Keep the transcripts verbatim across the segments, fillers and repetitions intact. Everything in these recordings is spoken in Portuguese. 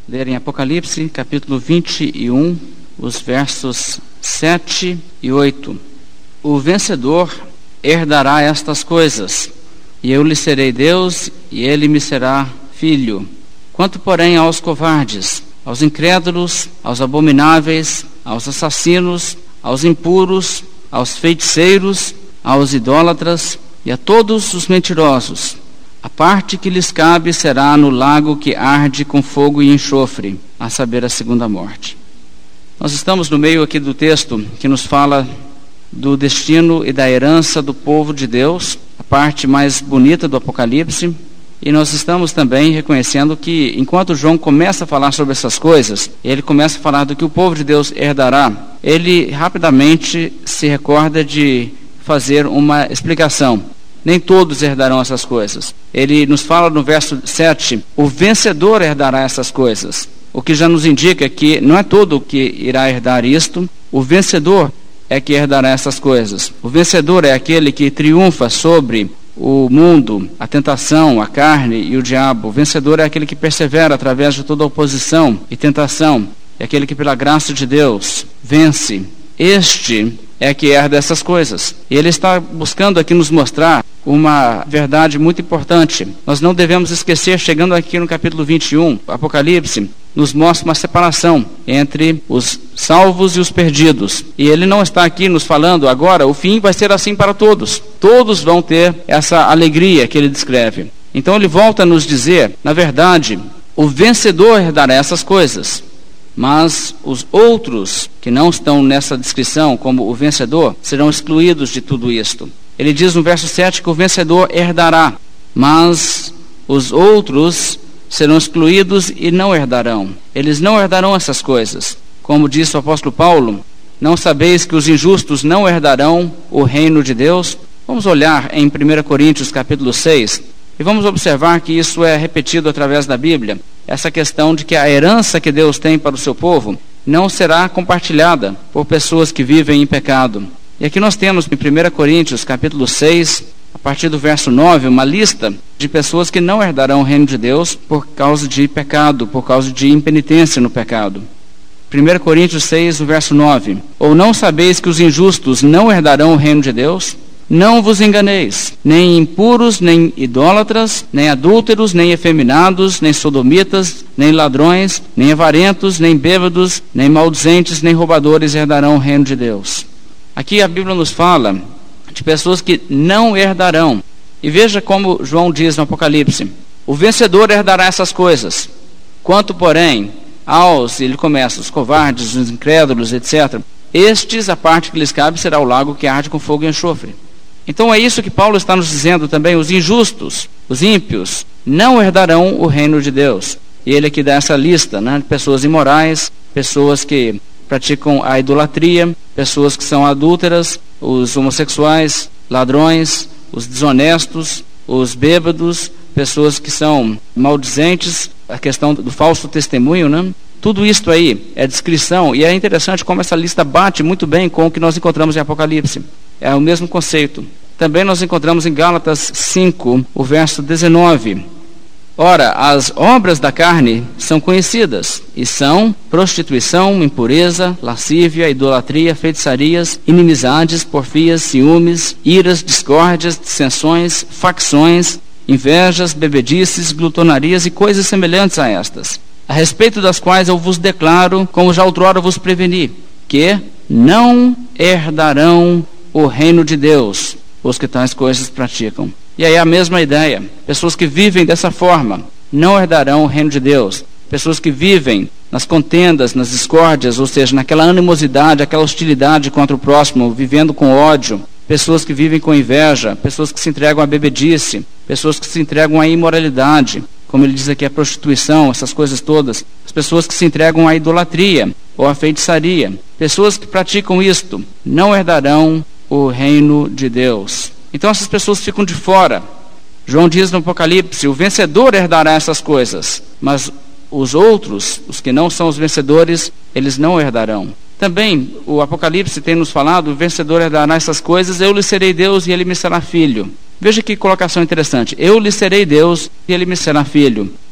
ler em Apocalipse, capítulo vinte e um, os versos sete e oito. O vencedor herdará estas coisas, e eu lhe serei Deus, e ele me será filho. Quanto, porém, aos covardes, aos incrédulos, aos abomináveis, aos assassinos, aos impuros, aos feiticeiros, aos idólatras e a todos os mentirosos, a parte que lhes cabe será no lago que arde com fogo e enxofre, a saber, a segunda morte. Nós estamos no meio aqui do texto que nos fala do destino e da herança do povo de Deus, a parte mais bonita do Apocalipse, e nós estamos também reconhecendo que, enquanto João começa a falar sobre essas coisas, ele começa a falar do que o povo de Deus herdará, ele rapidamente se recorda de fazer uma explicação. Nem todos herdarão essas coisas. Ele nos fala no verso sete, o vencedor herdará essas coisas, o que já nos indica que não é todo o que irá herdar isto, o vencedor é que herdará essas coisas. O vencedor é aquele que triunfa sobre o mundo, a tentação, a carne e o diabo. O vencedor é aquele que persevera através de toda oposição e tentação, é aquele que pela graça de Deus vence. Este é que herda essas coisas. E ele está buscando aqui nos mostrar uma verdade muito importante. Nós não devemos esquecer, chegando aqui no capítulo vinte e um, Apocalipse nos mostra uma separação entre os salvos e os perdidos. E ele não está aqui nos falando agora, o fim vai ser assim para todos. Todos vão ter essa alegria que ele descreve. Então ele volta a nos dizer, na verdade, o vencedor herdará essas coisas. Mas os outros que não estão nessa descrição como o vencedor serão excluídos de tudo isto. Ele diz no verso sete que o vencedor herdará, mas os outros serão excluídos e não herdarão. Eles não herdarão essas coisas. Como disse o apóstolo Paulo, não sabeis que os injustos não herdarão o reino de Deus? Vamos olhar em primeira Coríntios capítulo seis e vamos observar que isso é repetido através da Bíblia. Essa questão de que a herança que Deus tem para o seu povo não será compartilhada por pessoas que vivem em pecado. E aqui nós temos em primeira Coríntios capítulo seis, a partir do verso nove, uma lista de pessoas que não herdarão o reino de Deus por causa de pecado, por causa de impenitência no pecado. primeira Coríntios seis, o verso nove. Ou não sabeis que os injustos não herdarão o reino de Deus? Não vos enganeis, nem impuros, nem idólatras, nem adúlteros, nem efeminados, nem sodomitas, nem ladrões, nem avarentos, nem bêbados, nem maldizentes, nem roubadores herdarão o reino de Deus. Aqui a Bíblia nos fala de pessoas que não herdarão. E veja como João diz no Apocalipse, o vencedor herdará essas coisas. Quanto, porém, aos, ele começa, os covardes, os incrédulos, etcétera, estes, a parte que lhes cabe será o lago que arde com fogo e enxofre. Então é isso que Paulo está nos dizendo também, os injustos, os ímpios, não herdarão o reino de Deus. E ele aqui dá essa lista, né, de pessoas imorais, pessoas que praticam a idolatria, pessoas que são adúlteras, os homossexuais, ladrões, os desonestos, os bêbados, pessoas que são maldizentes, a questão do falso testemunho, né? Tudo isto aí é descrição, e é interessante como essa lista bate muito bem com o que nós encontramos em Apocalipse. É o mesmo conceito. Também nós encontramos em Gálatas cinco, o verso dezenove. Ora, as obras da carne são conhecidas, e são prostituição, impureza, lascívia, idolatria, feitiçarias, inimizades, porfias, ciúmes, iras, discórdias, dissensões, facções, invejas, bebedices, glutonarias e coisas semelhantes a estas, a respeito das quais eu vos declaro, como já outrora vos preveni, que não herdarão o reino de Deus os que tais coisas praticam. E aí a mesma ideia, pessoas que vivem dessa forma não herdarão o reino de Deus. Pessoas que vivem nas contendas, nas discórdias, ou seja, naquela animosidade, aquela hostilidade contra o próximo, vivendo com ódio. Pessoas que vivem com inveja, pessoas que se entregam à bebedice, pessoas que se entregam à imoralidade, como ele diz aqui, a prostituição, essas coisas todas. As pessoas que se entregam à idolatria ou à feitiçaria. Pessoas que praticam isto não herdarão o reino de Deus. Então essas pessoas ficam de fora. João diz no Apocalipse, o vencedor herdará essas coisas, mas os outros, os que não são os vencedores, eles não herdarão. Também o Apocalipse tem nos falado, o vencedor herdará essas coisas, eu lhe serei Deus e ele me será filho. Veja que colocação interessante, eu lhe serei Deus e ele me será filho.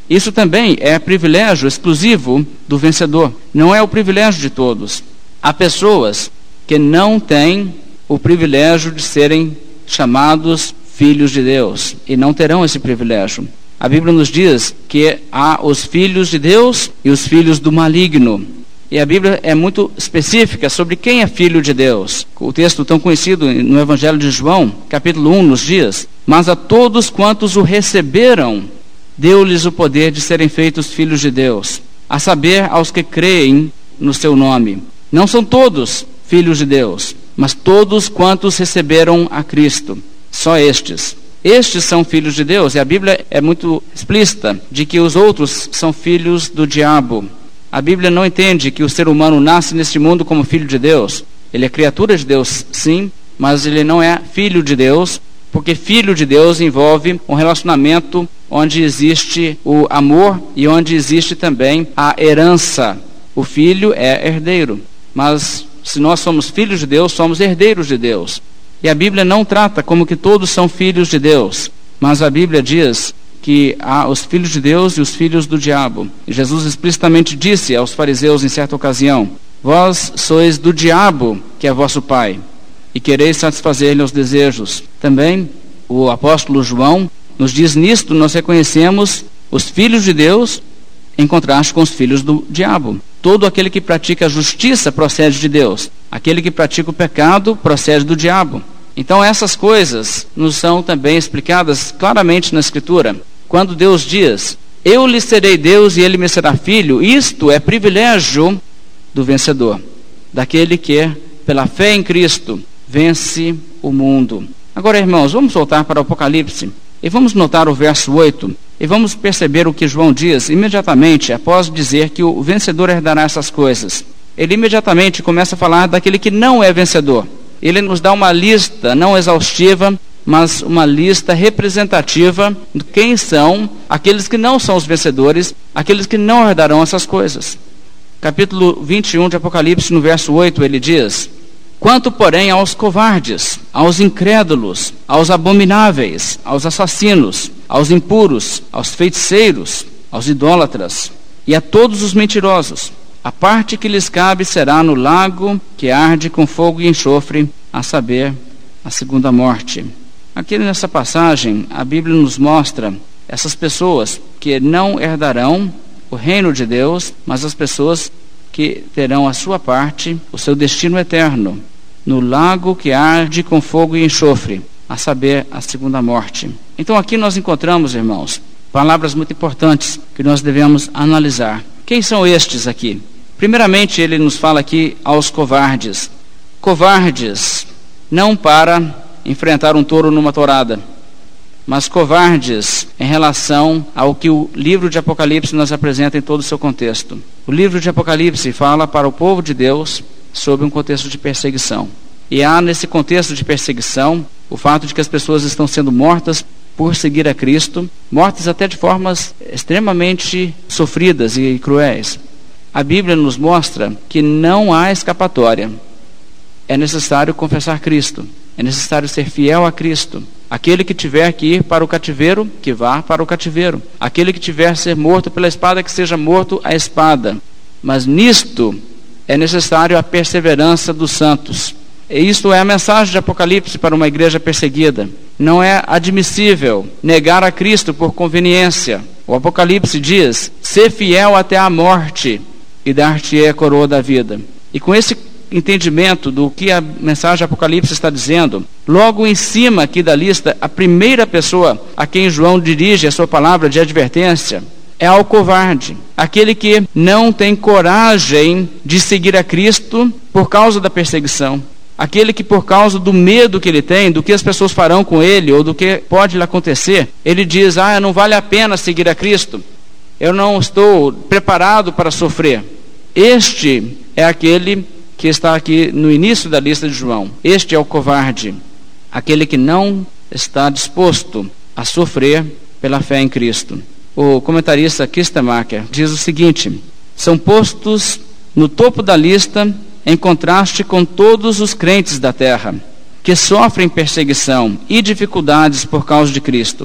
Isso também é privilégio exclusivo do vencedor, não é o privilégio de todos. Há pessoas que não têm o privilégio de serem chamados filhos de Deus e não terão esse privilégio. A Bíblia nos diz que há os filhos de Deus e os filhos do maligno. E a Bíblia é muito específica sobre quem é filho de Deus. O texto tão conhecido no Evangelho de João, capítulo um, nos diz: mas a todos quantos o receberam, deu-lhes o poder de serem feitos filhos de Deus, a saber, aos que creem no seu nome. Não são todos filhos de Deus, mas todos quantos receberam a Cristo. Só estes. Estes são filhos de Deus, e a Bíblia é muito explícita de que os outros são filhos do diabo. A Bíblia não entende que o ser humano nasce neste mundo como filho de Deus. Ele é criatura de Deus, sim, mas ele não é filho de Deus, porque filho de Deus envolve um relacionamento onde existe o amor e onde existe também a herança. O filho é herdeiro, mas se nós somos filhos de Deus, somos herdeiros de Deus. E a Bíblia não trata como que todos são filhos de Deus, mas a Bíblia diz que há os filhos de Deus e os filhos do diabo. E Jesus explicitamente disse aos fariseus em certa ocasião: vós sois do diabo, que é vosso pai, e quereis satisfazer-lhe os desejos. Também o apóstolo João nos diz: nisto nós reconhecemos os filhos de Deus em contraste com os filhos do diabo. Todo aquele que pratica a justiça procede de Deus, aquele que pratica o pecado procede do diabo. Então essas coisas nos são também explicadas claramente na Escritura. Quando Deus diz: eu lhe serei Deus e ele me será filho, isto é privilégio do vencedor, daquele que, pela fé em Cristo, vence o mundo. Agora, irmãos, vamos voltar para o Apocalipse e vamos notar o verso oito e vamos perceber o que João diz imediatamente após dizer que o vencedor herdará essas coisas. Ele imediatamente começa a falar daquele que não é vencedor. Ele nos dá uma lista não exaustiva, mas uma lista representativa de quem são aqueles que não são os vencedores, aqueles que não herdarão essas coisas. Capítulo vinte e um de Apocalipse, no verso oito, ele diz: quanto, porém, aos covardes, aos incrédulos, aos abomináveis, aos assassinos, aos impuros, aos feiticeiros, aos idólatras e a todos os mentirosos, a parte que lhes cabe será no lago que arde com fogo e enxofre, a saber, a segunda morte. Aqui nessa passagem, a Bíblia nos mostra essas pessoas que não herdarão o reino de Deus, mas as pessoas que terão a sua parte, o seu destino eterno, no lago que arde com fogo e enxofre, a saber, a segunda morte. Então aqui nós encontramos, irmãos, palavras muito importantes que nós devemos analisar. Quem são estes aqui? Primeiramente, ele nos fala aqui aos covardes. Covardes, não para enfrentar um touro numa tourada, mas covardes em relação ao que o livro de Apocalipse nos apresenta em todo o seu contexto. O livro de Apocalipse fala para o povo de Deus sobre um contexto de perseguição. E há nesse contexto de perseguição o fato de que as pessoas estão sendo mortas por seguir a Cristo, mortas até de formas extremamente sofridas e cruéis. A Bíblia nos mostra que não há escapatória. É necessário confessar Cristo, é necessário ser fiel a Cristo. Aquele que tiver que ir para o cativeiro, que vá para o cativeiro. Aquele que tiver que ser morto pela espada, que seja morto à espada. Mas nisto é necessário a perseverança dos santos. E isto é a mensagem de Apocalipse para uma igreja perseguida. Não é admissível negar a Cristo por conveniência. O Apocalipse diz: ser fiel até a morte e dar-te-ei a coroa da vida. E com esse entendimento do que a mensagem de Apocalipse está dizendo, logo em cima aqui da lista, a primeira pessoa a quem João dirige a sua palavra de advertência é ao covarde, aquele que não tem coragem de seguir a Cristo por causa da perseguição, aquele que por causa do medo que ele tem, do que as pessoas farão com ele ou do que pode lhe acontecer, ele diz: ah, não vale a pena seguir a Cristo, eu não estou preparado para sofrer. Este é aquele que está aqui no início da lista de João. Este é o covarde, aquele que não está disposto a sofrer pela fé em Cristo. O comentarista Kistemaker diz o seguinte: são postos no topo da lista em contraste com todos os crentes da terra, que sofrem perseguição e dificuldades por causa de Cristo.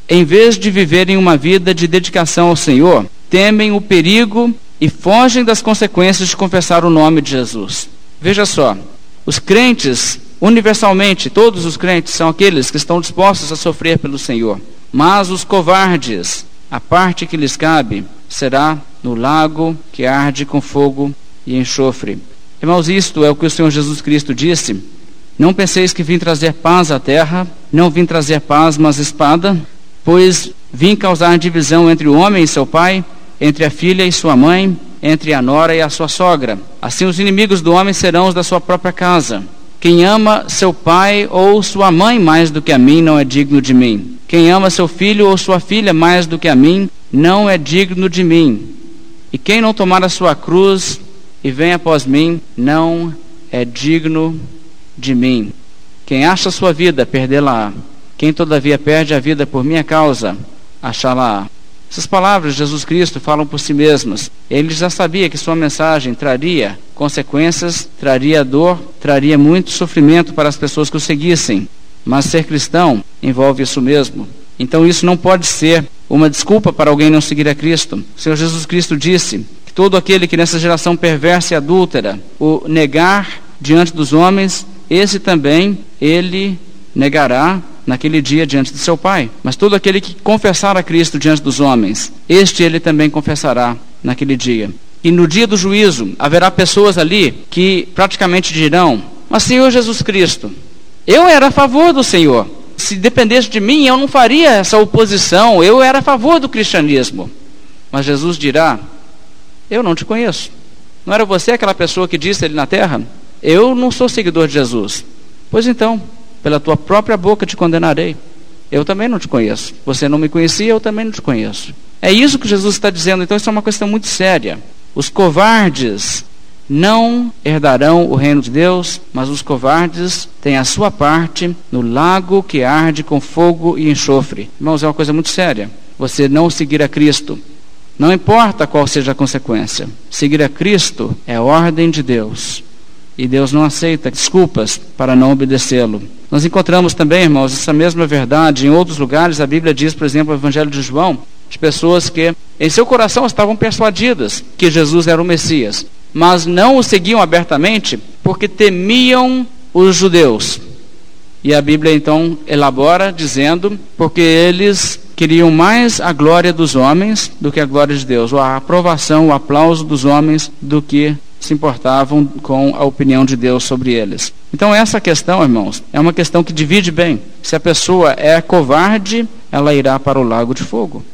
em vez de viverem uma vida de dedicação ao Senhor, temem o perigo e fogem das consequências de confessar o nome de Jesus. Veja só, os crentes, universalmente, todos os crentes são aqueles que estão dispostos a sofrer pelo Senhor. Mas os covardes, a parte que lhes cabe será no lago que arde com fogo e enxofre. Irmãos, isto é o que o Senhor Jesus Cristo disse: não penseis que vim trazer paz à terra, não vim trazer paz, mas espada, pois vim causar divisão entre o homem e seu pai, entre a filha e sua mãe, entre a nora e a sua sogra. Assim os inimigos do homem serão os da sua própria casa. Quem ama seu pai ou sua mãe mais do que a mim não é digno de mim. Quem ama seu filho ou sua filha mais do que a mim não é digno de mim. E quem não tomar a sua cruz e vem após mim não é digno de mim. Quem acha a sua vida, perdê-la-á. Quem todavia perde a vida por minha causa, achá-la-á. Essas palavras de Jesus Cristo falam por si mesmas. Ele já sabia que sua mensagem traria consequências, traria dor, traria muito sofrimento para as pessoas que o seguissem. Mas ser cristão envolve isso mesmo. Então isso não pode ser uma desculpa para alguém não seguir a Cristo. O Senhor Jesus Cristo disse que todo aquele que nessa geração perversa e adúltera o negar diante dos homens, esse também ele negará naquele dia diante de seu Pai. Mas todo aquele que confessar a Cristo diante dos homens, este ele também confessará naquele dia. E no dia do juízo haverá pessoas ali que praticamente dirão: mas Senhor Jesus Cristo, eu era a favor do Senhor. Se dependesse de mim, eu não faria essa oposição. Eu era a favor do cristianismo. Mas Jesus dirá: eu não te conheço. Não era você aquela pessoa que disse ali na terra: eu não sou seguidor de Jesus. Pois então, pela tua própria boca te condenarei. Eu também não te conheço. Você não me conhecia, eu também não te conheço. É isso que Jesus está dizendo. Então isso é uma questão muito séria. Os covardes não herdarão o reino de Deus, mas os covardes têm a sua parte no lago que arde com fogo e enxofre. Irmãos, é uma coisa muito séria. Você não seguir a Cristo, não importa qual seja a consequência. Seguir a Cristo é ordem de Deus. E Deus não aceita desculpas para não obedecê-lo. Nós encontramos também, irmãos, essa mesma verdade em outros lugares. A Bíblia diz, por exemplo, no Evangelho de João, de pessoas que em seu coração estavam persuadidas que Jesus era o Messias, mas não o seguiam abertamente porque temiam os judeus. E a Bíblia então elabora dizendo, porque eles queriam mais a glória dos homens do que a glória de Deus, ou a aprovação, o aplauso dos homens do que se importavam com a opinião de Deus sobre eles. Então essa questão, irmãos, é uma questão que divide bem. Se a pessoa é covarde, ela irá para o lago de fogo.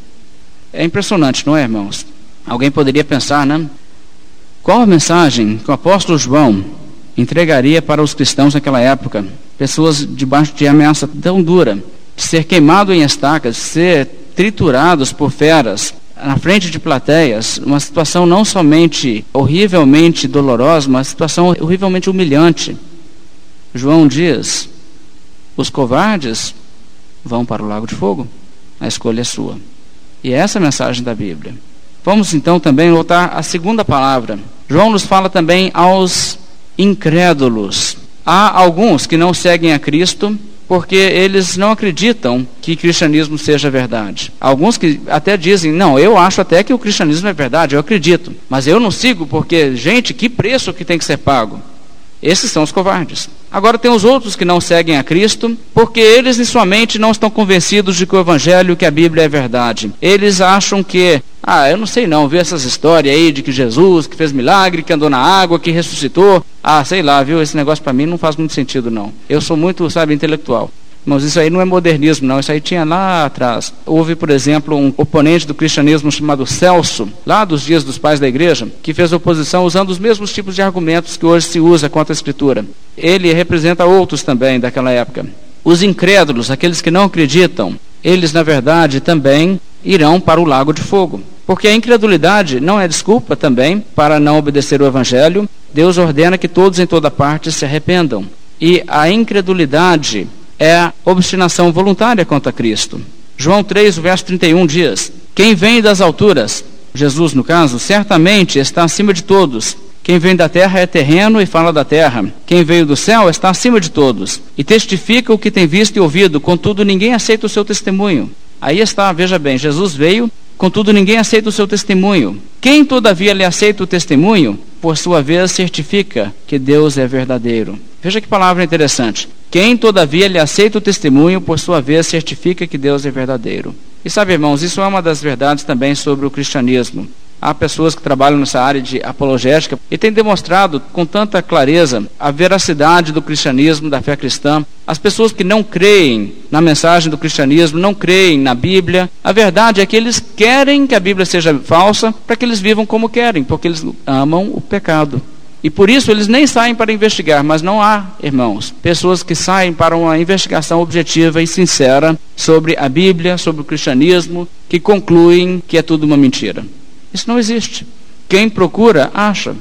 É impressionante, não é, irmãos? Alguém poderia pensar, né? Qual a mensagem que o apóstolo João entregaria para os cristãos naquela época? Pessoas debaixo de ameaça tão dura, de ser queimado em estacas, de ser triturados por feras, na frente de plateias, uma situação não somente horrivelmente dolorosa, mas uma situação horrivelmente humilhante. João diz: os covardes vão para o lago de fogo. A escolha é sua. E é essa a mensagem da Bíblia. Vamos então também voltar à segunda palavra. João nos fala também aos incrédulos. Há alguns que não seguem a Cristo porque eles não acreditam que o cristianismo seja verdade. Alguns que até dizem: não, eu acho até que o cristianismo é verdade, eu acredito, mas eu não sigo porque, gente, que preço que tem que ser pago? Esses são os covardes. Agora tem os outros que não seguem a Cristo, porque eles em sua mente não estão convencidos de que o Evangelho, que a Bíblia é verdade. Eles acham que, ah, eu não sei não, viu essas histórias aí de que Jesus, que fez milagre, que andou na água, que ressuscitou. Ah, sei lá, viu, esse negócio para mim não faz muito sentido não. Eu sou muito, sabe, intelectual. Mas isso aí não é modernismo não, isso aí tinha lá atrás. Houve, por exemplo, um oponente do cristianismo chamado Celso, lá dos dias dos pais da igreja, que fez oposição usando os mesmos tipos de argumentos que hoje se usa contra a Escritura. Ele representa outros também daquela época. Os incrédulos, aqueles que não acreditam, eles na verdade também irão para o lago de fogo. Porque a incredulidade não é desculpa também para não obedecer o Evangelho. Deus ordena que todos em toda parte se arrependam. E a incredulidade é a obstinação voluntária contra Cristo. João três, o verso trinta e um diz: quem vem das alturas, Jesus no caso, certamente está acima de todos. Quem vem da terra é terreno e fala da terra. Quem veio do céu está acima de todos e testifica o que tem visto e ouvido, contudo ninguém aceita o seu testemunho. Aí está, veja bem, Jesus veio, contudo ninguém aceita o seu testemunho. Quem todavia lhe aceita o testemunho, por sua vez certifica que Deus é verdadeiro. Veja que palavra interessante. Quem todavia lhe aceita o testemunho, por sua vez certifica que Deus é verdadeiro. E sabe, irmãos, isso é uma das verdades também sobre o cristianismo. Há pessoas que trabalham nessa área de apologética e têm demonstrado com tanta clareza a veracidade do cristianismo, da fé cristã. As pessoas que não creem na mensagem do cristianismo, não creem na Bíblia, a verdade é que eles querem que a Bíblia seja falsa para que eles vivam como querem, porque eles amam o pecado. E por isso eles nem saem para investigar, mas não há, irmãos, pessoas que saem para uma investigação objetiva e sincera sobre a Bíblia, sobre o cristianismo, que concluem que é tudo uma mentira. Isso não existe. Quem procura, acha.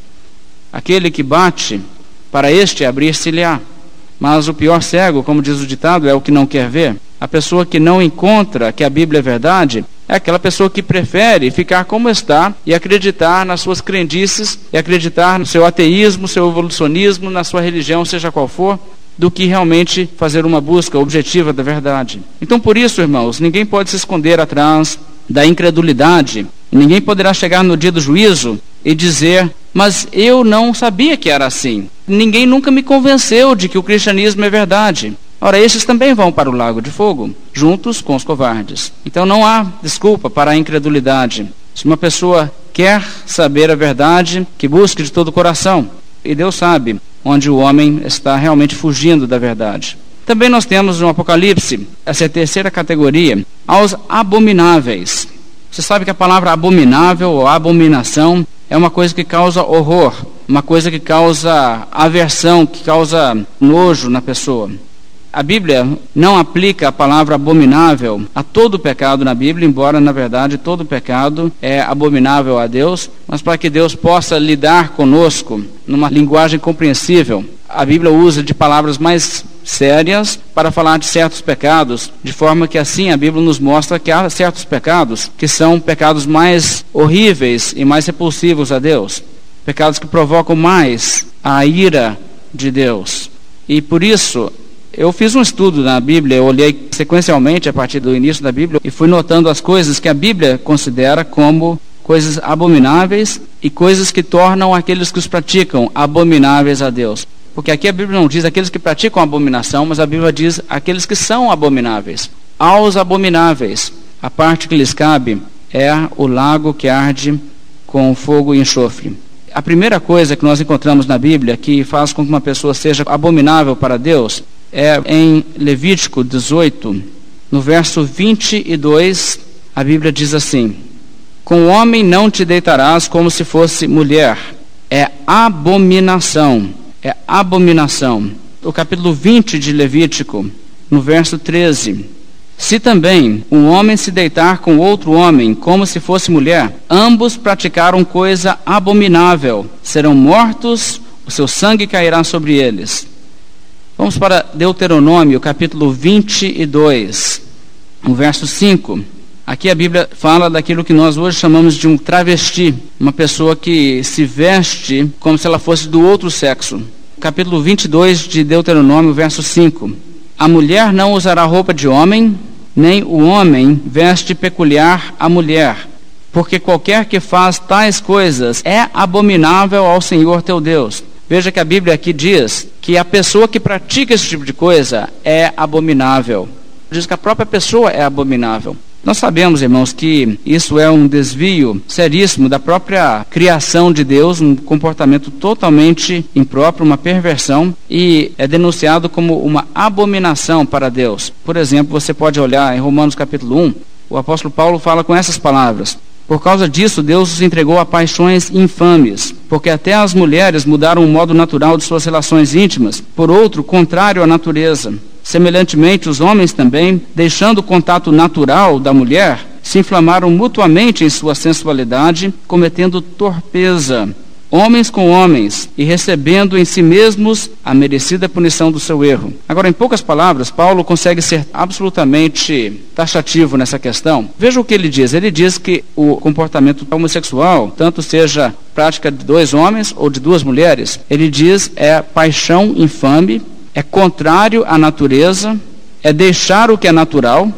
Aquele que bate, para este abrir-se-lhe-á. Mas o pior cego, como diz o ditado, é o que não quer ver. A pessoa que não encontra que a Bíblia é verdade é aquela pessoa que prefere ficar como está e acreditar nas suas crendices, e acreditar no seu ateísmo, seu evolucionismo, na sua religião, seja qual for, do que realmente fazer uma busca objetiva da verdade. Então, por isso, irmãos, ninguém pode se esconder atrás da incredulidade. Ninguém poderá chegar no dia do juízo e dizer: mas eu não sabia que era assim. Ninguém nunca me convenceu de que o cristianismo é verdade. Ora, esses também vão para o lago de fogo, juntos com os covardes. Então não há desculpa para a incredulidade. Se uma pessoa quer saber a verdade, que busque de todo o coração. E Deus sabe onde o homem está realmente fugindo da verdade. Também nós temos no Apocalipse, essa é a terceira categoria, aos abomináveis. Você sabe que a palavra abominável ou abominação é uma coisa que causa horror, uma coisa que causa aversão, que causa nojo na pessoa. A Bíblia não aplica a palavra abominável a todo pecado na Bíblia, embora, na verdade, todo pecado é abominável a Deus, mas para que Deus possa lidar conosco numa linguagem compreensível, a Bíblia usa de palavras mais sérias para falar de certos pecados, de forma que assim a Bíblia nos mostra que há certos pecados que são pecados mais horríveis e mais repulsivos a Deus, pecados que provocam mais a ira de Deus. E por isso eu fiz um estudo na Bíblia, eu olhei sequencialmente a partir do início da Bíblia e fui notando as coisas que a Bíblia considera como coisas abomináveis e coisas que tornam aqueles que os praticam abomináveis a Deus. Porque aqui a Bíblia não diz aqueles que praticam abominação, mas a Bíblia diz aqueles que são abomináveis. Aos abomináveis, a parte que lhes cabe é o lago que arde com fogo e enxofre. A primeira coisa que nós encontramos na Bíblia que faz com que uma pessoa seja abominável para Deus é em Levítico dezoito, no verso vinte e dois, a Bíblia diz assim: com o homem não te deitarás como se fosse mulher, é abominação, é abominação. O capítulo vinte de Levítico, no verso treze: se também um homem se deitar com outro homem como se fosse mulher, ambos praticaram coisa abominável, serão mortos, o seu sangue cairá sobre eles. Vamos para Deuteronômio, capítulo vinte e dois, no verso cinco. Aqui a Bíblia fala daquilo que nós hoje chamamos de um travesti, uma pessoa que se veste como se ela fosse do outro sexo. Capítulo vinte e dois de Deuteronômio, verso cinco. A mulher não usará roupa de homem, nem o homem veste peculiar à mulher, porque qualquer que faz tais coisas é abominável ao Senhor teu Deus. Veja que a Bíblia aqui diz que a pessoa que pratica esse tipo de coisa é abominável. Diz que a própria pessoa é abominável. Nós sabemos, irmãos, que isso é um desvio seríssimo da própria criação de Deus, um comportamento totalmente impróprio, uma perversão, e é denunciado como uma abominação para Deus. Por exemplo, você pode olhar em Romanos capítulo um, o apóstolo Paulo fala com essas palavras: por causa disso, Deus os entregou a paixões infames, porque até as mulheres mudaram o modo natural de suas relações íntimas, por outro, contrário à natureza. Semelhantemente, os homens também, deixando o contato natural da mulher, se inflamaram mutuamente em sua sensualidade, cometendo torpeza, homens com homens, e recebendo em si mesmos a merecida punição do seu erro. Agora, em poucas palavras, Paulo consegue ser absolutamente taxativo nessa questão. Veja o que ele diz. Ele diz que o comportamento homossexual, tanto seja prática de dois homens ou de duas mulheres, ele diz é paixão infame, é contrário à natureza, é deixar o que é natural,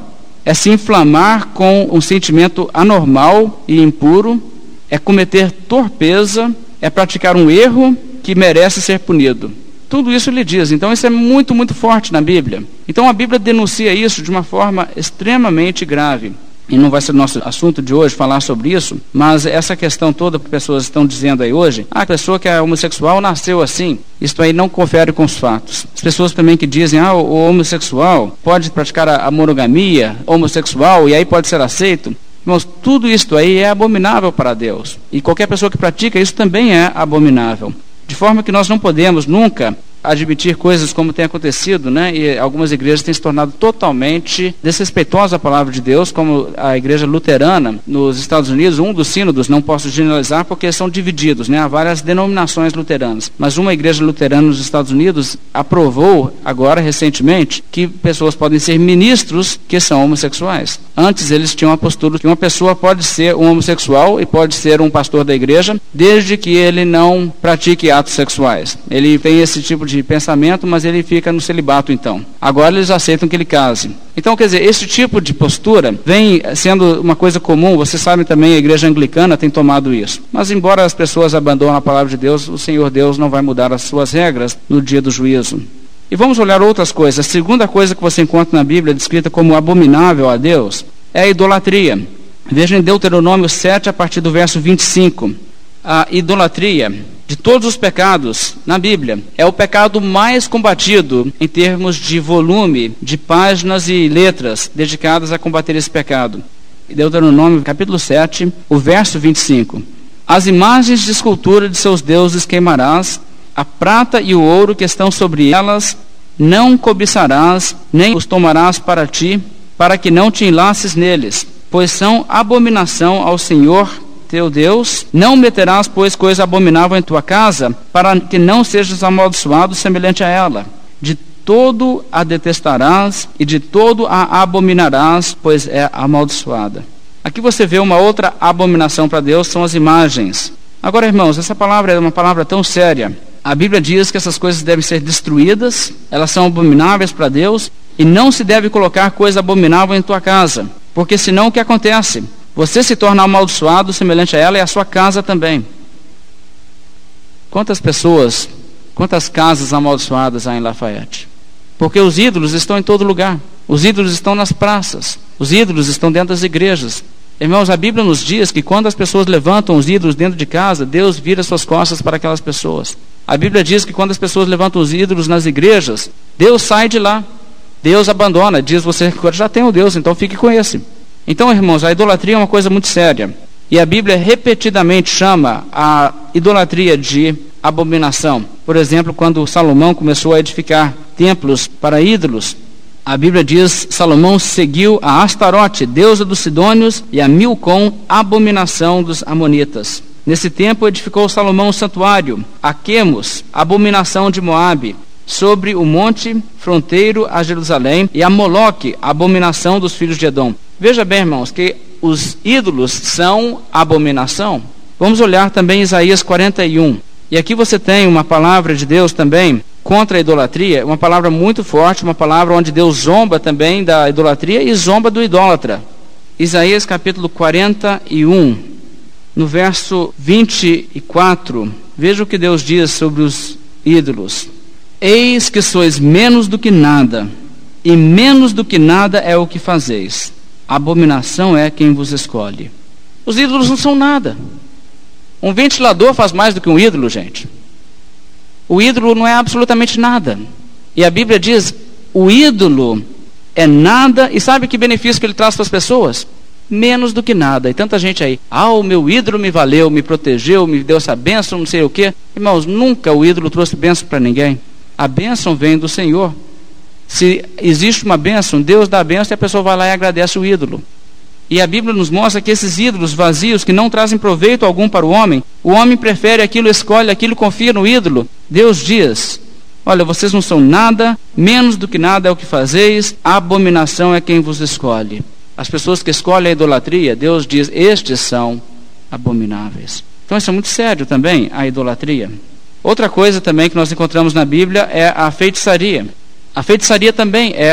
é se inflamar com um sentimento anormal e impuro, é cometer torpeza, é praticar um erro que merece ser punido. Tudo isso ele diz. Então isso é muito, muito forte na Bíblia. Então a Bíblia denuncia isso de uma forma extremamente grave. E não vai ser o nosso assunto de hoje falar sobre isso, mas essa questão toda que pessoas estão dizendo aí hoje, ah, a pessoa que é homossexual nasceu assim, isto aí não confere com os fatos. As pessoas também que dizem, ah, o homossexual pode praticar a monogamia homossexual e aí pode ser aceito. Irmãos, tudo isso aí é abominável para Deus. E qualquer pessoa que pratica isso também é abominável. De forma que nós não podemos nunca admitir coisas como tem acontecido, né? E algumas igrejas têm se tornado totalmente desrespeitosas à palavra de Deus, como a igreja luterana nos Estados Unidos, um dos sínodos, não posso generalizar porque são divididos, né? Há várias denominações luteranas, mas uma igreja luterana nos Estados Unidos aprovou agora, recentemente, que pessoas podem ser ministros que são homossexuais. Antes eles tinham a postura que uma pessoa pode ser um homossexual e pode ser um pastor da igreja, desde que ele não pratique atos sexuais. Ele tem esse tipo de pensamento, mas ele fica no celibato então. Agora eles aceitam que ele case. Então, quer dizer, esse tipo de postura vem sendo uma coisa comum. Vocês sabem também, a igreja anglicana tem tomado isso. Mas embora as pessoas abandonem a palavra de Deus, o Senhor Deus não vai mudar as suas regras no dia do juízo. E vamos olhar outras coisas. A segunda coisa que você encontra na Bíblia descrita como abominável a Deus é a idolatria. Veja em Deuteronômio sete, a partir do verso vinte e cinco. A idolatria, de todos os pecados na Bíblia, é o pecado mais combatido em termos de volume, de páginas e letras dedicadas a combater esse pecado. Deuteronômio capítulo sete, o verso vinte e cinco. As imagens de escultura de seus deuses queimarás, a prata e o ouro que estão sobre elas não cobiçarás, nem os tomarás para ti, para que não te enlaces neles, pois são abominação ao Senhor teu Deus. Não meterás, pois, coisa abominável em tua casa, para que não sejas amaldiçoado semelhante a ela. De todo a detestarás e de todo a abominarás, pois é amaldiçoada. Aqui você vê uma outra abominação para Deus, são as imagens. Agora, irmãos, essa palavra é uma palavra tão séria. A Bíblia diz que essas coisas devem ser destruídas, elas são abomináveis para Deus, e não se deve colocar coisa abominável em tua casa, porque senão o que acontece? Você se torna amaldiçoado semelhante a ela e a sua casa também. Quantas pessoas, quantas casas amaldiçoadas há em Lafayette? Porque os ídolos estão em todo lugar. Os ídolos estão nas praças. Os ídolos estão dentro das igrejas. Irmãos, a Bíblia nos diz que quando as pessoas levantam os ídolos dentro de casa, Deus vira suas costas para aquelas pessoas. A Bíblia diz que quando as pessoas levantam os ídolos nas igrejas, Deus sai de lá. Deus abandona. Diz você que já tem o Deus, então fique com esse. Então, irmãos, a idolatria é uma coisa muito séria. E a Bíblia repetidamente chama a idolatria de abominação. Por exemplo, quando Salomão começou a edificar templos para ídolos, a Bíblia diz, Salomão seguiu a Astarote, deusa dos Sidônios, e a Milcom, abominação dos Amonitas. Nesse tempo edificou Salomão um santuário, a Quemos, abominação de Moabe, sobre o monte fronteiro a Jerusalém, e a Moloque, abominação dos filhos de Edom. Veja bem, irmãos, que os ídolos são abominação. Vamos olhar também Isaías quarenta e um. E aqui você tem uma palavra de Deus também contra a idolatria, uma palavra muito forte, uma palavra onde Deus zomba também da idolatria e zomba do idólatra. Isaías capítulo quarenta e um, no verso vinte e quatro, veja o que Deus diz sobre os ídolos. Eis que sois menos do que nada, e menos do que nada é o que fazeis. Abominação é quem vos escolhe. Os ídolos não são nada. Um ventilador faz mais do que um ídolo, gente. O ídolo não é absolutamente nada. E a Bíblia diz, o ídolo é nada, e sabe que benefício que ele traz para as pessoas? Menos do que nada. E tanta gente aí, ah, o meu ídolo me valeu, me protegeu, me deu essa bênção, não sei o quê. Irmãos, nunca o ídolo trouxe bênção para ninguém. A bênção vem do Senhor. Se existe uma bênção, Deus dá a bênção e a pessoa vai lá e agradece o ídolo. E a Bíblia nos mostra que esses ídolos vazios, que não trazem proveito algum para o homem, o homem prefere aquilo, escolhe aquilo, confia no ídolo. Deus diz, olha, vocês não são nada, menos do que nada é o que fazeis, a abominação é quem vos escolhe. As pessoas que escolhem a idolatria, Deus diz, estes são abomináveis. Então isso é muito sério também, a idolatria. Outra coisa também que nós encontramos na Bíblia é a feitiçaria. A feitiçaria também é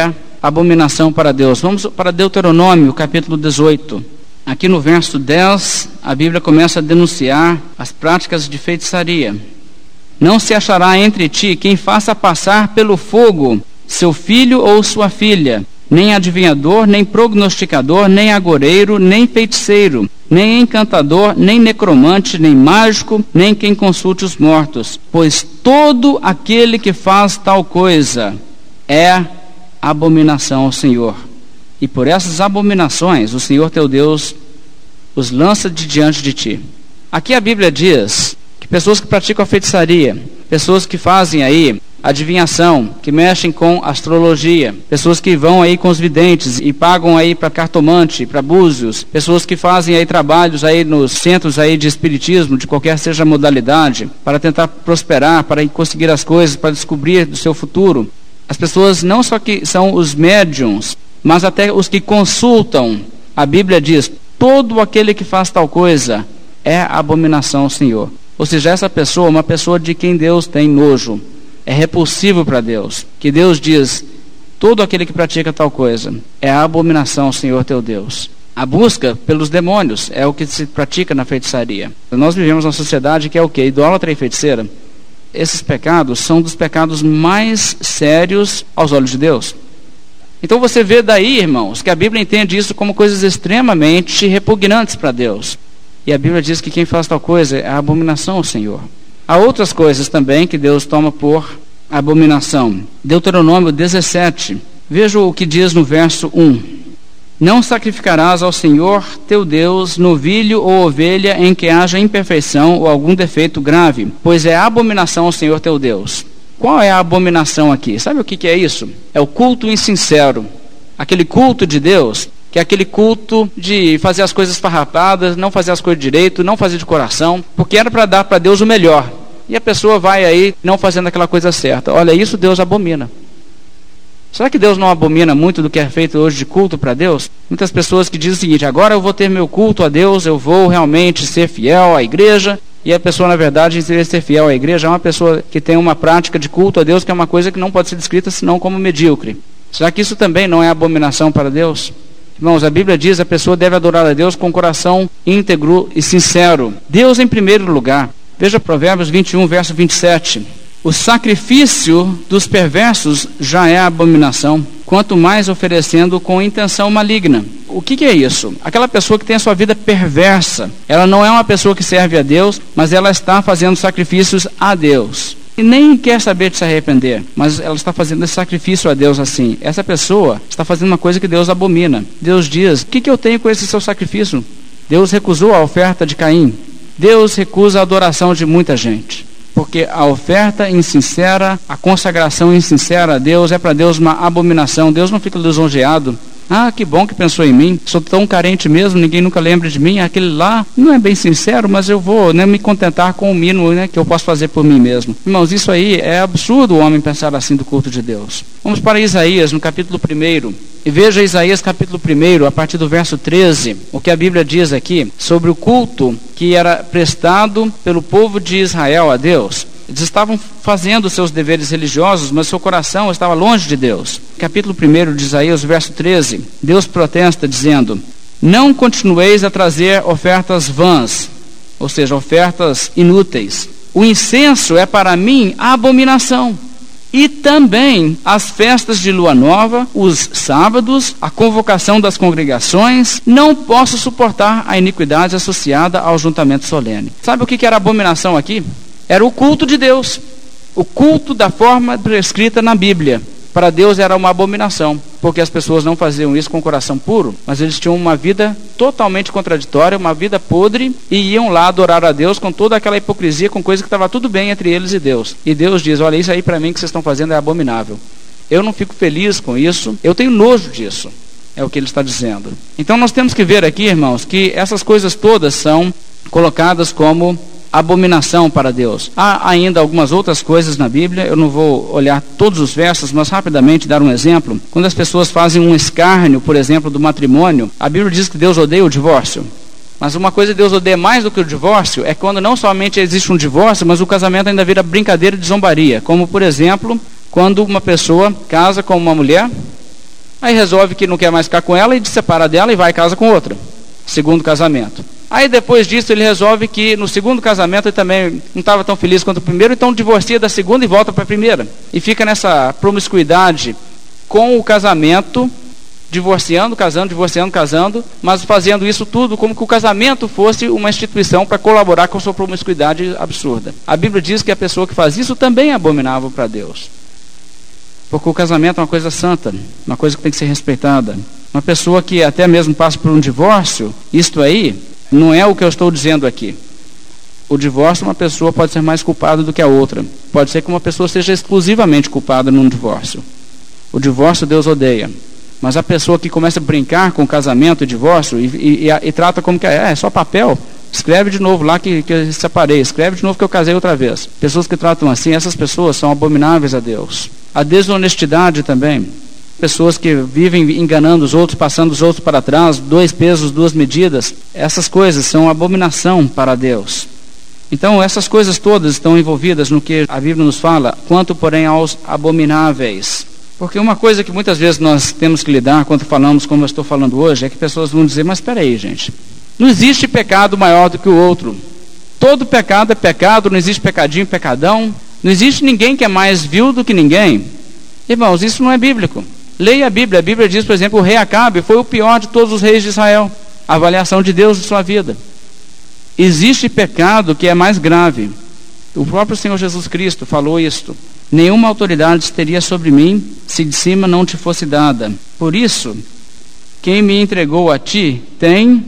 abominação para Deus. Vamos para Deuteronômio, capítulo dezoito. Aqui no verso dez, a Bíblia começa a denunciar as práticas de feitiçaria. Não se achará entre ti quem faça passar pelo fogo seu filho ou sua filha, nem adivinhador, nem prognosticador, nem agoreiro, nem feiticeiro, nem encantador, nem necromante, nem mágico, nem quem consulte os mortos. Pois todo aquele que faz tal coisa é abominação ao Senhor. E por essas abominações o Senhor teu Deus os lança de diante de ti. Aqui a Bíblia diz que pessoas que praticam a feitiçaria, pessoas que fazem aí adivinhação, que mexem com astrologia, pessoas que vão aí com os videntes e pagam aí para cartomante, para búzios, pessoas que fazem aí trabalhos aí nos centros aí de espiritismo, de qualquer seja a modalidade, para tentar prosperar, para conseguir as coisas, para descobrir do seu futuro. As pessoas não só que são os médiums, mas até os que consultam. A Bíblia diz, todo aquele que faz tal coisa é abominação ao Senhor. Ou seja, essa pessoa é uma pessoa de quem Deus tem nojo. É repulsivo para Deus. Que Deus diz, todo aquele que pratica tal coisa é a abominação ao Senhor teu Deus. A busca pelos demônios é o que se pratica na feitiçaria. Nós vivemos numa sociedade que é o quê? Idólatra e feiticeira. Esses pecados são dos pecados mais sérios aos olhos de Deus. Então você vê daí, irmãos, que a Bíblia entende isso como coisas extremamente repugnantes para Deus. E a Bíblia diz que quem faz tal coisa é a abominação ao Senhor. Há outras coisas também que Deus toma por abominação. Deuteronômio dezessete. Veja o que diz no verso um. Não sacrificarás ao Senhor teu Deus novilho ou ovelha em que haja imperfeição ou algum defeito grave, pois é abominação ao Senhor teu Deus. Qual é a abominação aqui? Sabe o que que é isso? É o culto insincero. Aquele culto de Deus, que é aquele culto de fazer as coisas farrapadas, não fazer as coisas direito, não fazer de coração, porque era para dar para Deus o melhor. E a pessoa vai aí não fazendo aquela coisa certa. Olha, isso Deus abomina. Será que Deus não abomina muito do que é feito hoje de culto para Deus? Muitas pessoas que dizem o seguinte, agora eu vou ter meu culto a Deus, eu vou realmente ser fiel à igreja. E a pessoa, na verdade, em vez de ser fiel à igreja, é uma pessoa que tem uma prática de culto a Deus, que é uma coisa que não pode ser descrita senão como medíocre. Será que isso também não é abominação para Deus? Irmãos, a Bíblia diz que a pessoa deve adorar a Deus com coração íntegro e sincero. Deus em primeiro lugar. Veja Provérbios vinte e um, verso vinte e sete. O sacrifício dos perversos já é abominação, quanto mais oferecendo com intenção maligna. O que que é isso? Aquela pessoa que tem a sua vida perversa, ela não é uma pessoa que serve a Deus, mas ela está fazendo sacrifícios a Deus. E nem quer saber de se arrepender, mas ela está fazendo esse sacrifício a Deus assim. Essa pessoa está fazendo uma coisa que Deus abomina. Deus diz, o que que eu tenho com esse seu sacrifício? Deus recusou a oferta de Caim. Deus recusa a adoração de muita gente. Porque a oferta insincera, a consagração insincera a Deus é para Deus uma abominação. Deus não fica lisonjeado. Ah, que bom que pensou em mim. Sou tão carente mesmo, ninguém nunca lembra de mim. Aquele lá não é bem sincero, mas eu vou né, me contentar com o mínimo né, que eu posso fazer por mim mesmo. Irmãos, isso aí é absurdo o homem pensar assim do culto de Deus. Vamos para Isaías, no capítulo primeiro. E veja Isaías capítulo primeiro, a partir do verso treze, o que a Bíblia diz aqui sobre o culto que era prestado pelo povo de Israel a Deus. Eles estavam fazendo seus deveres religiosos, mas seu coração estava longe de Deus. Capítulo primeiro de Isaías, verso treze, Deus protesta dizendo, não continueis a trazer ofertas vãs, ou seja, ofertas inúteis. O incenso é para mim a abominação. E também as festas de lua nova, os sábados, a convocação das congregações, não posso suportar a iniquidade associada ao juntamento solene. Sabe o que era abominação aqui? Era o culto de Deus, o culto da forma prescrita na Bíblia. Para Deus era uma abominação, porque as pessoas não faziam isso com o coração puro, mas eles tinham uma vida totalmente contraditória, uma vida podre, e iam lá adorar a Deus com toda aquela hipocrisia, com coisa que estava tudo bem entre eles e Deus. E Deus diz, olha, isso aí para mim que vocês estão fazendo é abominável. Eu não fico feliz com isso, eu tenho nojo disso, é o que ele está dizendo. Então nós temos que ver aqui, irmãos, que essas coisas todas são colocadas como abominação para Deus. Há ainda algumas outras coisas na Bíblia, eu não vou olhar todos os versos, mas rapidamente dar um exemplo. Quando as pessoas fazem um escárnio, por exemplo, do matrimônio, a Bíblia diz que Deus odeia o divórcio. Mas uma coisa que Deus odeia mais do que o divórcio é quando não somente existe um divórcio, mas o casamento ainda vira brincadeira de zombaria. Como, por exemplo, quando uma pessoa casa com uma mulher, Aí resolve que não quer mais ficar com ela e se separa dela e vai e casa com outra. Segundo casamento. Aí depois disso ele resolve que no segundo casamento ele também não estava tão feliz quanto o primeiro, então divorcia da segunda e volta para a primeira. E fica nessa promiscuidade com o casamento, divorciando, casando, divorciando, casando, mas fazendo isso tudo como que o casamento fosse uma instituição para colaborar com a sua promiscuidade absurda. A Bíblia diz que a pessoa que faz isso também é abominável para Deus. Porque o casamento é uma coisa santa, uma coisa que tem que ser respeitada. Uma pessoa que até mesmo passa por um divórcio, isto aí, não é o que eu estou dizendo aqui. O divórcio, uma pessoa pode ser mais culpada do que a outra. Pode ser que uma pessoa seja exclusivamente culpada num divórcio. O divórcio Deus odeia. Mas a pessoa que começa a brincar com casamento e divórcio e, e, e, e trata como que é, é só papel, escreve de novo lá que, que eu separei, escreve de novo que eu casei outra vez. Pessoas que tratam assim, essas pessoas são abomináveis a Deus. A desonestidade também. Pessoas que vivem enganando os outros, passando os outros para trás, dois pesos, duas medidas. Essas coisas são abominação para Deus. Então essas coisas todas estão envolvidas no que a Bíblia nos fala, quanto porém aos abomináveis. Porque uma coisa que muitas vezes nós temos que lidar quando falamos como eu estou falando hoje, é que pessoas vão dizer, mas espera aí, gente, não existe pecado maior do que o outro. Todo pecado é pecado, não existe pecadinho, pecadão. Não existe ninguém que é mais vil do que ninguém. Irmãos, isso não é bíblico. Leia a Bíblia. A Bíblia diz, por exemplo, o rei Acabe foi o pior de todos os reis de Israel. A avaliação de Deus de sua vida. Existe pecado que é mais grave. O próprio Senhor Jesus Cristo falou isto. Nenhuma autoridade teria sobre mim se de cima não te fosse dada. Por isso, quem me entregou a ti tem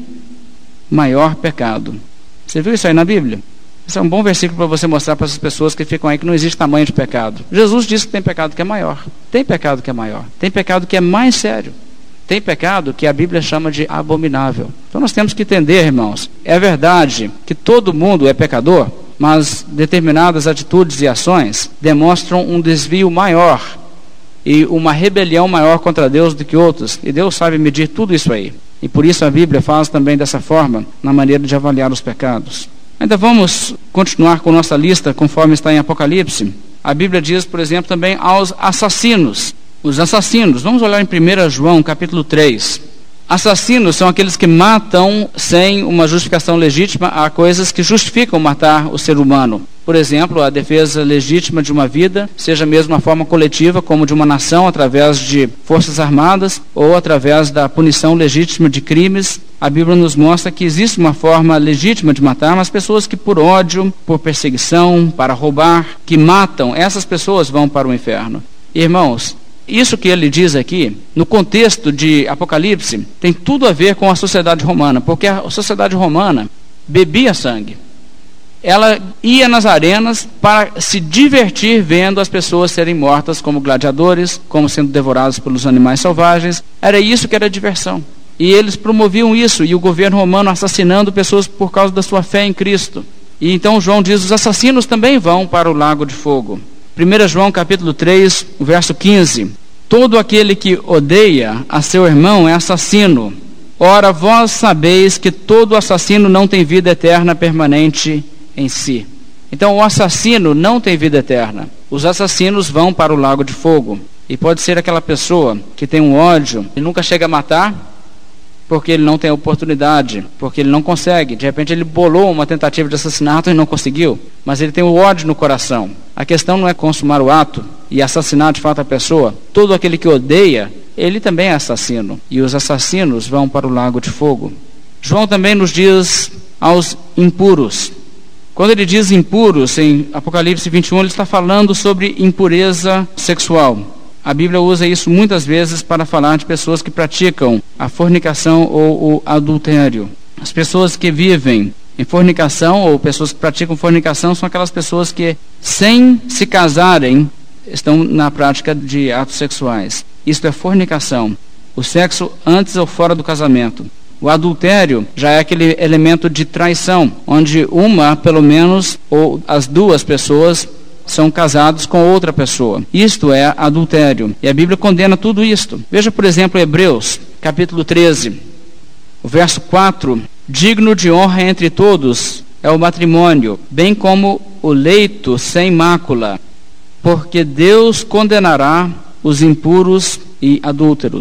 maior pecado. Você viu isso aí na Bíblia? Esse é um bom versículo para você mostrar para essas pessoas que ficam aí que não existe tamanho de pecado. Jesus disse que tem pecado que é maior. Tem pecado que é maior. Tem pecado que é mais sério. Tem pecado que a Bíblia chama de abominável. Então nós temos que entender, irmãos, é verdade que todo mundo é pecador, mas determinadas atitudes e ações demonstram um desvio maior e uma rebelião maior contra Deus do que outros. E Deus sabe medir tudo isso aí. E por isso a Bíblia faz também dessa forma na maneira de avaliar os pecados. Ainda vamos continuar com nossa lista conforme está em Apocalipse. A Bíblia diz, por exemplo, também aos assassinos. Os assassinos, vamos olhar em primeiro João, capítulo três. Assassinos são aqueles que matam sem uma justificação legítima a coisas que justificam matar o ser humano. Por exemplo, a defesa legítima de uma vida, seja mesmo uma forma coletiva, como de uma nação, através de forças armadas, ou através da punição legítima de crimes. A Bíblia nos mostra que existe uma forma legítima de matar, mas pessoas que por ódio, por perseguição, para roubar, que matam, essas pessoas vão para o inferno. Irmãos, isso que ele diz aqui, no contexto de Apocalipse, tem tudo a ver com a sociedade romana, porque a sociedade romana bebia sangue. Ela ia nas arenas para se divertir vendo as pessoas serem mortas como gladiadores, como sendo devoradas pelos animais selvagens. Era isso que era diversão. E eles promoviam isso, e o governo romano assassinando pessoas por causa da sua fé em Cristo. E então João diz, os assassinos também vão para o lago de fogo. primeiro João capítulo três, verso quinze. Todo aquele que odeia a seu irmão é assassino. Ora, vós sabeis que todo assassino não tem vida eterna permanente em si. Então o assassino não tem vida eterna. Os assassinos vão para o lago de fogo. E pode ser aquela pessoa que tem um ódio e nunca chega a matar, porque ele não tem oportunidade, porque ele não consegue. De repente ele bolou uma tentativa de assassinato e não conseguiu, mas ele tem o ódio no coração. A questão não é consumar o ato e assassinar de fato a pessoa. Todo aquele que odeia, ele também é assassino. E os assassinos vão para o lago de fogo. João também nos diz aos impuros. Quando ele diz impuros, em Apocalipse vinte e um, ele está falando sobre impureza sexual. A Bíblia usa isso muitas vezes para falar de pessoas que praticam a fornicação ou o adultério. As pessoas que vivem em fornicação ou pessoas que praticam fornicação são aquelas pessoas que, sem se casarem, estão na prática de atos sexuais. Isto é fornicação. O sexo antes ou fora do casamento. O adultério já é aquele elemento de traição, onde uma, pelo menos, ou as duas pessoas são casados com outra pessoa. Isto é adultério. E a Bíblia condena tudo isto. Veja, por exemplo, Hebreus, capítulo treze, o verso quatro. Digno de honra entre todos é o matrimônio, bem como o leito sem mácula, porque Deus condenará os impuros e adúlteros.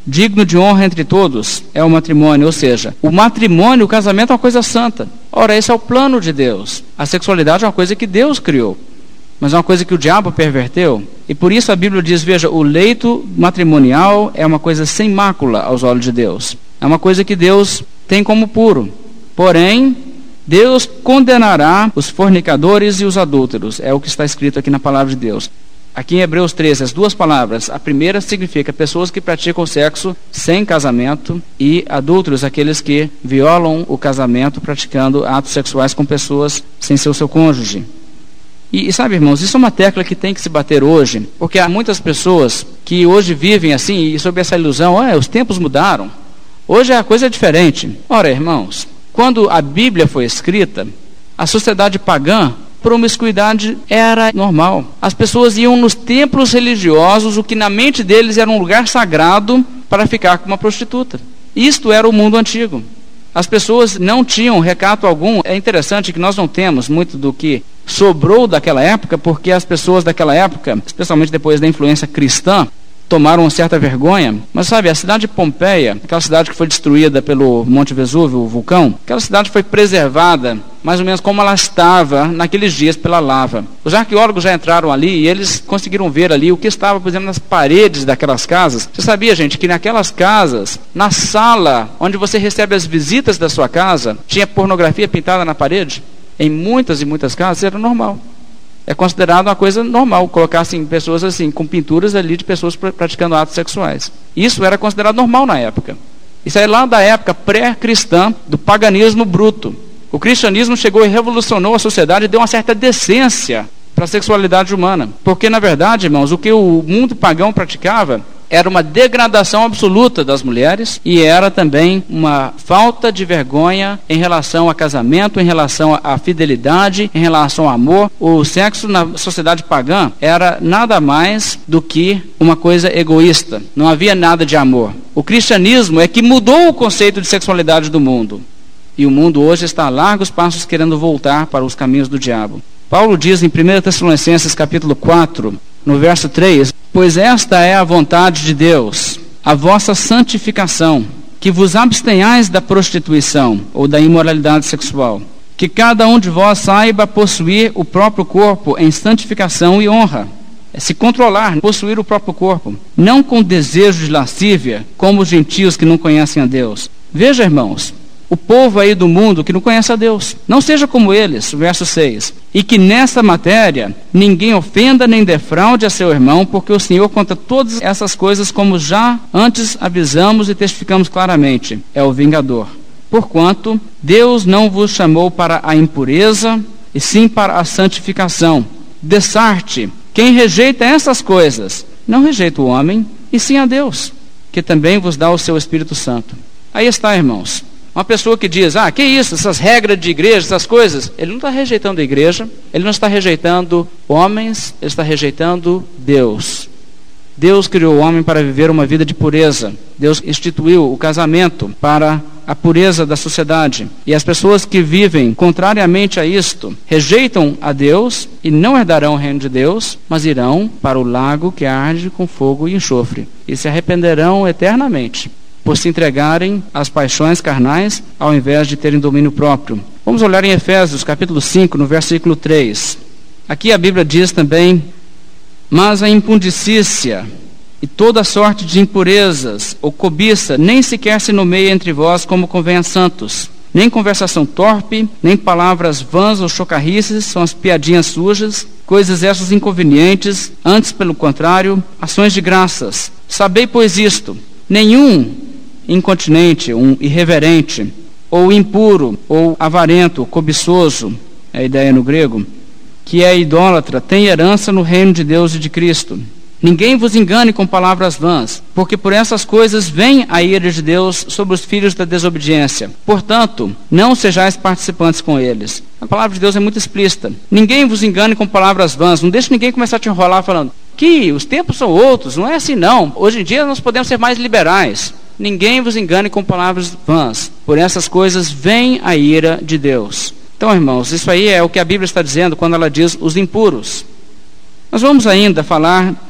digno de honra entre todos é o matrimônio, ou seja, o matrimônio, o casamento é uma coisa santa. Ora, esse é o plano de Deus. A sexualidade é uma coisa que Deus criou, mas é uma coisa que o diabo perverteu. E por isso a Bíblia diz, veja, o leito matrimonial é uma coisa sem mácula aos olhos de Deus. É uma coisa que Deus tem como puro. Porém, Deus condenará os fornicadores e os adúlteros. É o que está escrito aqui na palavra de Deus. Aqui em Hebreus treze, as duas palavras, a primeira significa pessoas que praticam sexo sem casamento, e adúlteros, aqueles que violam o casamento praticando atos sexuais com pessoas sem ser o seu cônjuge. E, e sabe, irmãos, isso é uma tecla que tem que se bater hoje, porque há muitas pessoas que hoje vivem assim, e sob essa ilusão, ah, os tempos mudaram, hoje a coisa é diferente. Ora, irmãos, quando a Bíblia foi escrita, a sociedade pagã, promiscuidade era normal. As pessoas iam nos templos religiosos, o que na mente deles era um lugar sagrado, para ficar com uma prostituta. Isto era o mundo antigo. As pessoas não tinham recato algum. É interessante que nós não temos muito do que sobrou daquela época, porque as pessoas daquela época, especialmente depois da influência cristã, tomaram uma certa vergonha. Mas sabe, a cidade de Pompeia, aquela cidade que foi destruída pelo Monte Vesúvio, o vulcão, aquela cidade foi preservada mais ou menos como ela estava naqueles dias pela lava. Os arqueólogos já entraram ali e eles conseguiram ver ali o que estava, por exemplo, nas paredes daquelas casas. Você sabia, gente, que naquelas casas, na sala onde você recebe as visitas da sua casa, tinha pornografia pintada na parede? Em muitas e muitas casas era normal. É considerado uma coisa normal colocar assim, pessoas assim, com pinturas ali de pessoas praticando atos sexuais. Isso era considerado normal na época. Isso é lá da época pré-cristã, do paganismo bruto. O cristianismo chegou e revolucionou a sociedade e deu uma certa decência para a sexualidade humana. Porque, na verdade, irmãos, o que o mundo pagão praticava era uma degradação absoluta das mulheres e era também uma falta de vergonha em relação a casamento, em relação à fidelidade, em relação ao amor. O sexo na sociedade pagã era nada mais do que uma coisa egoísta. Não havia nada de amor. O cristianismo é que mudou o conceito de sexualidade do mundo. E o mundo hoje está a largos passos querendo voltar para os caminhos do diabo. Paulo diz em primeira Tessalonicenses capítulo quatro, no verso três, pois esta é a vontade de Deus, a vossa santificação, que vos abstenhais da prostituição ou da imoralidade sexual, que cada um de vós saiba possuir o próprio corpo em santificação e honra, é se controlar, possuir o próprio corpo, não com desejo de lascívia, como os gentios que não conhecem a Deus. Veja, irmãos, o povo aí do mundo que não conhece a Deus, não seja como eles, verso seis, e que nessa matéria ninguém ofenda nem defraude a seu irmão, porque o Senhor conta todas essas coisas como já antes avisamos e testificamos claramente, é o vingador. Porquanto Deus não vos chamou para a impureza, e sim para a santificação. Dessarte, quem rejeita essas coisas, não rejeita o homem, e sim a Deus, que também vos dá o seu Espírito Santo. Aí está, irmãos. Uma pessoa que diz, ah, que isso, essas regras de igreja, essas coisas, ele não está rejeitando a igreja, ele não está rejeitando homens, ele está rejeitando Deus. Deus criou o homem para viver uma vida de pureza. Deus instituiu o casamento para a pureza da sociedade. E as pessoas que vivem contrariamente a isto, rejeitam a Deus e não herdarão o reino de Deus, mas irão para o lago que arde com fogo e enxofre, e se arrependerão eternamente, por se entregarem às paixões carnais, ao invés de terem domínio próprio. Vamos olhar em Efésios, capítulo cinco, no versículo três. Aqui a Bíblia diz também, mas a impundicícia e toda sorte de impurezas ou cobiça nem sequer se nomeia entre vós como convém a santos. Nem conversação torpe, nem palavras vãs ou chocarrices, são as piadinhas sujas, coisas essas inconvenientes, antes, pelo contrário, ações de graças. Sabei, pois, isto, nenhum incontinente, um irreverente, ou impuro, ou avarento, cobiçoso, é a ideia no grego, que é idólatra, tem herança no reino de Deus e de Cristo. Ninguém vos engane com palavras vãs, porque por essas coisas vem a ira de Deus sobre os filhos da desobediência. Portanto, não sejais participantes com eles. A palavra de Deus é muito explícita. Ninguém vos engane com palavras vãs. Não deixe ninguém começar a te enrolar falando que os tempos são outros. Não é assim não. Hoje em dia nós podemos ser mais liberais. Ninguém vos engane com palavras vãs. Por essas coisas vem a ira de Deus. Então, irmãos, isso aí é o que a Bíblia está dizendo quando ela diz os impuros. Nós vamos ainda falar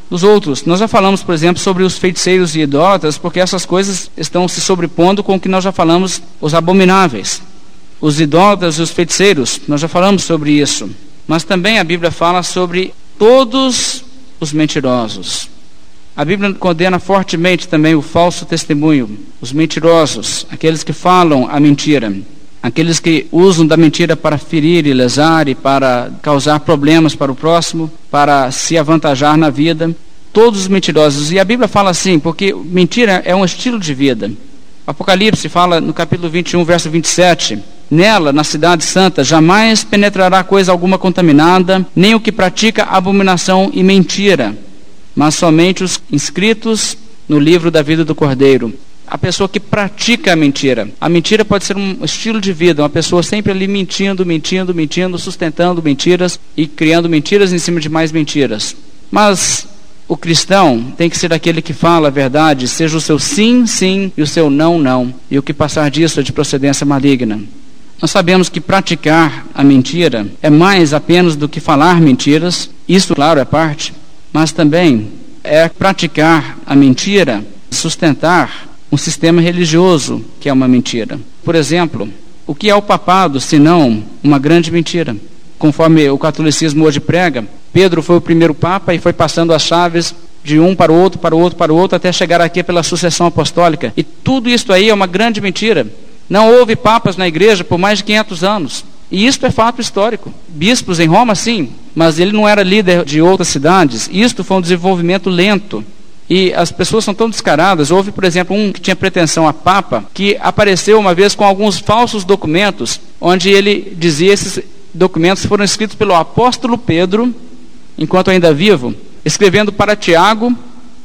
dos outros. Nós já falamos, por exemplo, sobre os feiticeiros e idólatras, porque essas coisas estão se sobrepondo com o que nós já falamos, os abomináveis. Os idólatras e os feiticeiros, nós já falamos sobre isso. Mas também a Bíblia fala sobre todos os mentirosos. A Bíblia condena fortemente também o falso testemunho, os mentirosos, aqueles que falam a mentira, aqueles que usam da mentira para ferir e lesar e para causar problemas para o próximo, para se avantajar na vida. Todos os mentirosos. E a Bíblia fala assim, porque mentira é um estilo de vida. Apocalipse fala no capítulo vinte e um, verso vinte e sete, nela, na cidade santa, jamais penetrará coisa alguma contaminada, nem o que pratica abominação e mentira, mas somente os inscritos no livro da vida do Cordeiro. A pessoa que pratica a mentira. A mentira pode ser um estilo de vida, uma pessoa sempre ali mentindo, mentindo, mentindo, sustentando mentiras e criando mentiras em cima de mais mentiras. Mas o cristão tem que ser aquele que fala a verdade, seja o seu sim, sim e o seu não, não. E o que passar disso é de procedência maligna. Nós sabemos que praticar a mentira é mais apenas do que falar mentiras, isso, claro, é parte, mas também é praticar a mentira, sustentar um sistema religioso que é uma mentira. Por exemplo, o que é o papado, senão uma grande mentira? Conforme o catolicismo hoje prega, Pedro foi o primeiro papa e foi passando as chaves de um para o outro, para o outro, para o outro, até chegar aqui pela sucessão apostólica. E tudo isso aí é uma grande mentira. Não houve papas na igreja por mais de quinhentos anos. E isto é fato histórico. Bispos em Roma, sim, mas ele não era líder de outras cidades. Isto foi um desenvolvimento lento. E as pessoas são tão descaradas. Houve, por exemplo, um que tinha pretensão a papa, que apareceu uma vez com alguns falsos documentos, onde ele dizia que esses documentos foram escritos pelo apóstolo Pedro, enquanto ainda vivo, escrevendo para Tiago,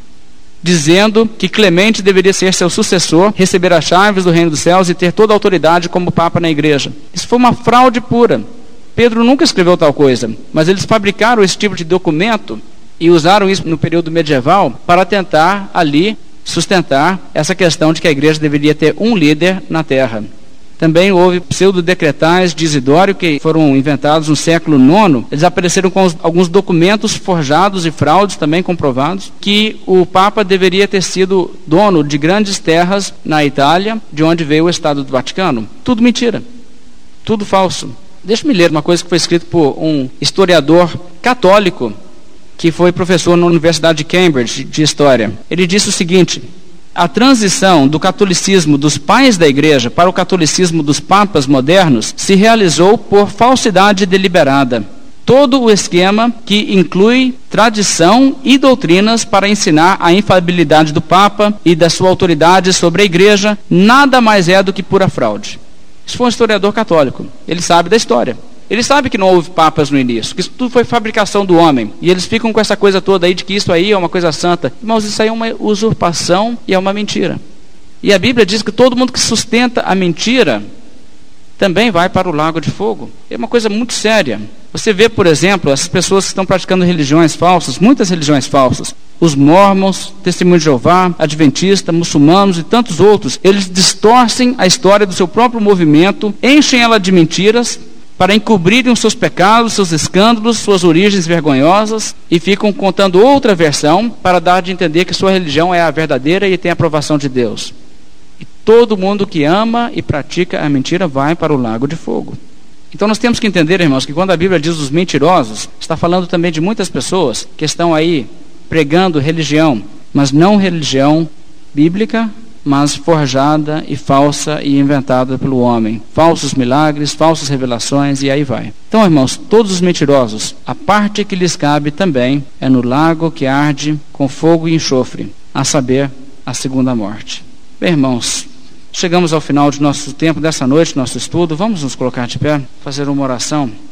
dizendo que Clemente deveria ser seu sucessor, receber as chaves do reino dos céus e ter toda a autoridade como papa na igreja. Isso foi uma fraude pura. Pedro nunca escreveu tal coisa, mas eles fabricaram esse tipo de documento e usaram isso no período medieval para tentar ali sustentar essa questão de que a igreja deveria ter um líder na terra. Também houve pseudo-decretais de Isidório que foram inventados no século nono. Eles apareceram com os, alguns documentos forjados e fraudes também comprovados, que o Papa deveria ter sido dono de grandes terras na Itália, de onde veio o Estado do Vaticano. Tudo mentira, tudo falso. Deixa-me ler uma coisa que foi escrita por um historiador católico, que foi professor na Universidade de Cambridge de História. Ele disse o seguinte: a transição do catolicismo dos pais da igreja para o catolicismo dos papas modernos se realizou por falsidade deliberada. Todo o esquema que inclui tradição e doutrinas para ensinar a infalibilidade do papa e da sua autoridade sobre a igreja nada mais é do que pura fraude. Isso foi um historiador católico. Ele sabe da história. Ele sabe que não houve papas no início, que isso tudo foi fabricação do homem. E eles ficam com essa coisa toda aí de que isso aí é uma coisa santa. Irmãos, isso aí é uma usurpação e é uma mentira. E a Bíblia diz que todo mundo que sustenta a mentira também vai para o lago de fogo. É uma coisa muito séria. Você vê, por exemplo, as pessoas que estão praticando religiões falsas, muitas religiões falsas. Os mormons, Testemunho de Jeová, Adventista, muçulmanos e tantos outros. Eles distorcem a história do seu próprio movimento, enchem ela de mentiras, para encobrirem os seus pecados, seus escândalos, suas origens vergonhosas, e ficam contando outra versão para dar de entender que sua religião é a verdadeira e tem a aprovação de Deus. E todo mundo que ama e pratica a mentira vai para o lago de fogo. Então nós temos que entender, irmãos, que quando a Bíblia diz os mentirosos, está falando também de muitas pessoas que estão aí pregando religião, mas não religião bíblica, mas forjada e falsa e inventada pelo homem. Falsos milagres, falsas revelações e aí vai. Então, irmãos, todos os mentirosos, a parte que lhes cabe também é no lago que arde com fogo e enxofre, a saber, a segunda morte. Bem, irmãos, chegamos ao final de nosso tempo, dessa noite, nosso estudo. Vamos nos colocar de pé, fazer uma oração.